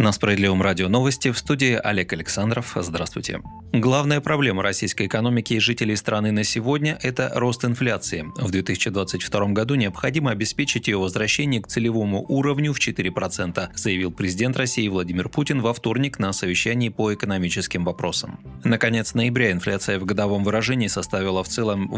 На Справедливом радио новости, в студии Олег Александров. Здравствуйте. Главная проблема российской экономики и жителей страны на сегодня – это рост инфляции. В 2022 году необходимо обеспечить ее возвращение к целевому уровню в 4%, заявил президент России Владимир Путин во вторник на совещании по экономическим вопросам. На конец ноября инфляция в годовом выражении составила в целом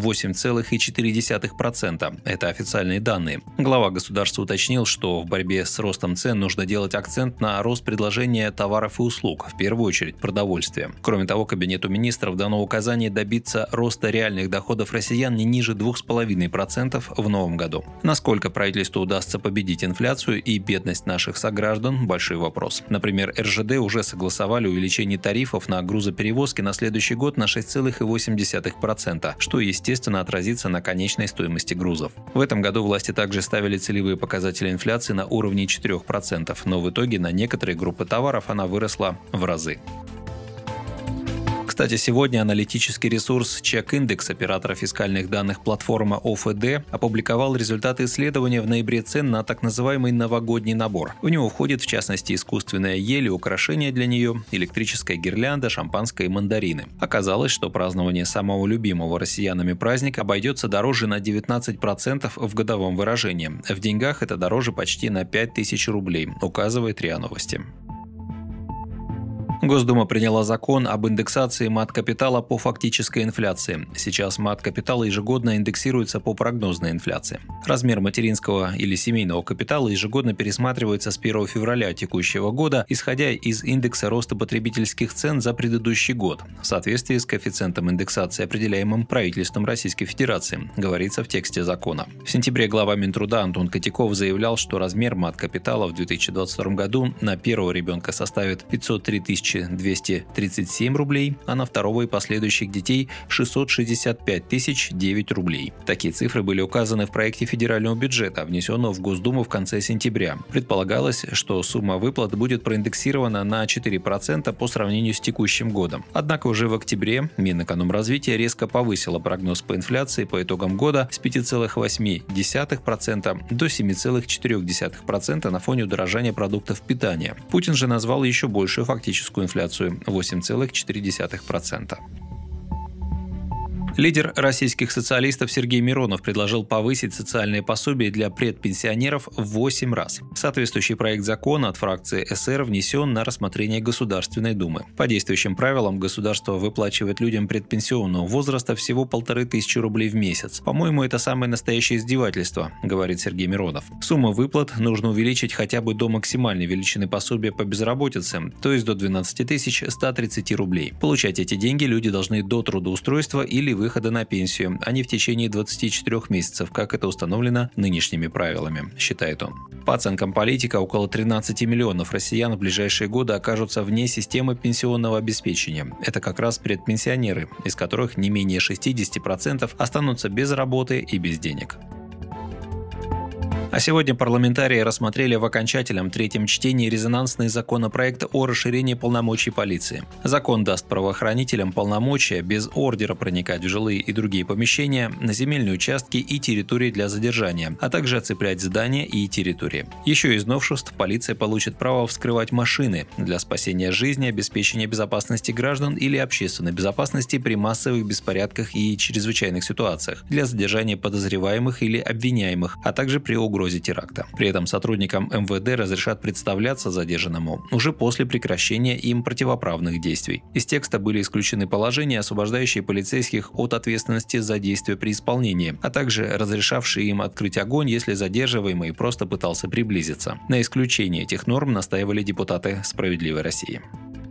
8,4%. Это официальные данные. Глава государства уточнил, что в борьбе с ростом цен нужно делать акцент на рост предложения товаров и услуг, в первую очередь продовольствия. Кроме того, Кабинету министров дано указание добиться роста реальных доходов россиян не ниже 2,5% в новом году. Насколько правительству удастся победить инфляцию и бедность наших сограждан – большой вопрос. Например, РЖД уже согласовали увеличение тарифов на грузоперевозки на следующий год на 6,8%, что, естественно, отразится на конечной стоимости грузов. В этом году власти также ставили целевые показатели инфляции на уровне 4%, но в итоге на некоторые группы товаров она выросла в разы. Кстати, сегодня аналитический ресурс CheckIndex оператора фискальных данных платформа ОФД опубликовал результаты исследования в ноябре цен на так называемый новогодний набор. В него входит, в частности, искусственная ель и украшения для нее, электрическая гирлянда, шампанское и мандарины. Оказалось, что празднование самого любимого россиянами праздника обойдется дороже на 19% в годовом выражении. В деньгах это дороже почти на 5000 рублей, указывает РИА Новости. Госдума приняла закон об индексации мат-капитала по фактической инфляции. Сейчас мат-капитал ежегодно индексируется по прогнозной инфляции. Размер материнского или семейного капитала ежегодно пересматривается с 1 февраля текущего года, исходя из индекса роста потребительских цен за предыдущий год, в соответствии с коэффициентом индексации, определяемым правительством Российской Федерации, говорится в тексте закона. В сентябре глава Минтруда Антон Котяков заявлял, что размер мат-капитала в 2022 году на первого ребенка составит 503 237 рублей, а на второго и последующих детей 665 009 рублей. Такие цифры были указаны в проекте федерального бюджета, внесенного в Госдуму в конце сентября. Предполагалось, что сумма выплат будет проиндексирована на 4% по сравнению с текущим годом. Однако уже в октябре Минэкономразвития резко повысила прогноз по инфляции по итогам года с 5,8% до 7,4% на фоне удорожания продуктов питания. Путин же назвал еще большую фактическую инфляцию – 8,4%. Лидер российских социалистов Сергей Миронов предложил повысить социальные пособия для предпенсионеров в 8 раз. Соответствующий проект закона от фракции СР внесен на рассмотрение Государственной Думы. По действующим правилам государство выплачивает людям предпенсионного возраста всего 1500 рублей в месяц. По-моему, это самое настоящее издевательство, говорит Сергей Миронов. Сумму выплат нужно увеличить хотя бы до максимальной величины пособия по безработице, то есть до 12 130 рублей. Получать эти деньги люди должны до трудоустройства или выхода на пенсию, а не в течение 24 месяцев, как это установлено нынешними правилами, считает он. По оценкам политика, около 13 миллионов россиян в ближайшие годы окажутся вне системы пенсионного обеспечения. Это как раз предпенсионеры, из которых не менее 60% останутся без работы и без денег. А сегодня парламентарии рассмотрели в окончательном третьем чтении резонансный законопроект о расширении полномочий полиции. Закон даст правоохранителям полномочия без ордера проникать в жилые и другие помещения, на земельные участки и территории для задержания, а также оцеплять здания и территории. Еще из новшеств полиция получит право вскрывать машины для спасения жизни, обеспечения безопасности граждан или общественной безопасности при массовых беспорядках и чрезвычайных ситуациях, для задержания подозреваемых или обвиняемых, а также при угрозе теракта. При этом сотрудникам МВД разрешат представляться задержанному уже после прекращения им противоправных действий. Из текста были исключены положения, освобождающие полицейских от ответственности за действия при исполнении, а также разрешавшие им открыть огонь, если задерживаемый просто пытался приблизиться. На исключение этих норм настаивали депутаты «Справедливой России».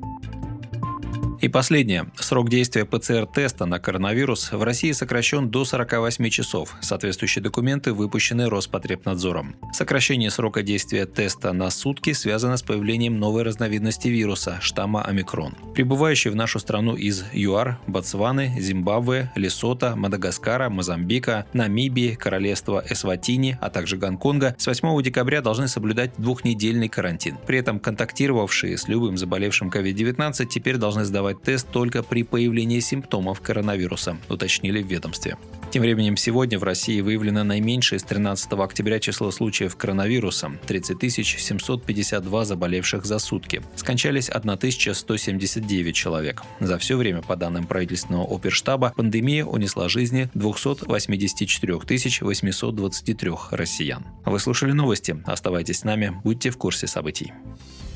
И последнее. Срок действия ПЦР-теста на коронавирус в России сокращен до 48 часов. Соответствующие документы выпущены Роспотребнадзором. Сокращение срока действия теста на сутки связано с появлением новой разновидности вируса – штамма омикрон. Прибывающие в нашу страну из ЮАР, Ботсваны, Зимбабве, Лесото, Мадагаскара, Мозамбика, Намибии, Королевства Эсватини, а также Гонконга с 8 декабря должны соблюдать двухнедельный карантин. При этом контактировавшие с любым заболевшим COVID-19 теперь должны сдавать сдавать тест только при появлении симптомов коронавируса, уточнили в ведомстве. Тем временем сегодня в России выявлено наименьшее с 13 октября число случаев коронавируса – 30 752 заболевших за сутки. Скончались 1179 человек. За все время, по данным правительственного оперштаба, пандемия унесла жизни 284 823 россиян. Вы слушали новости. Оставайтесь с нами, будьте в курсе событий.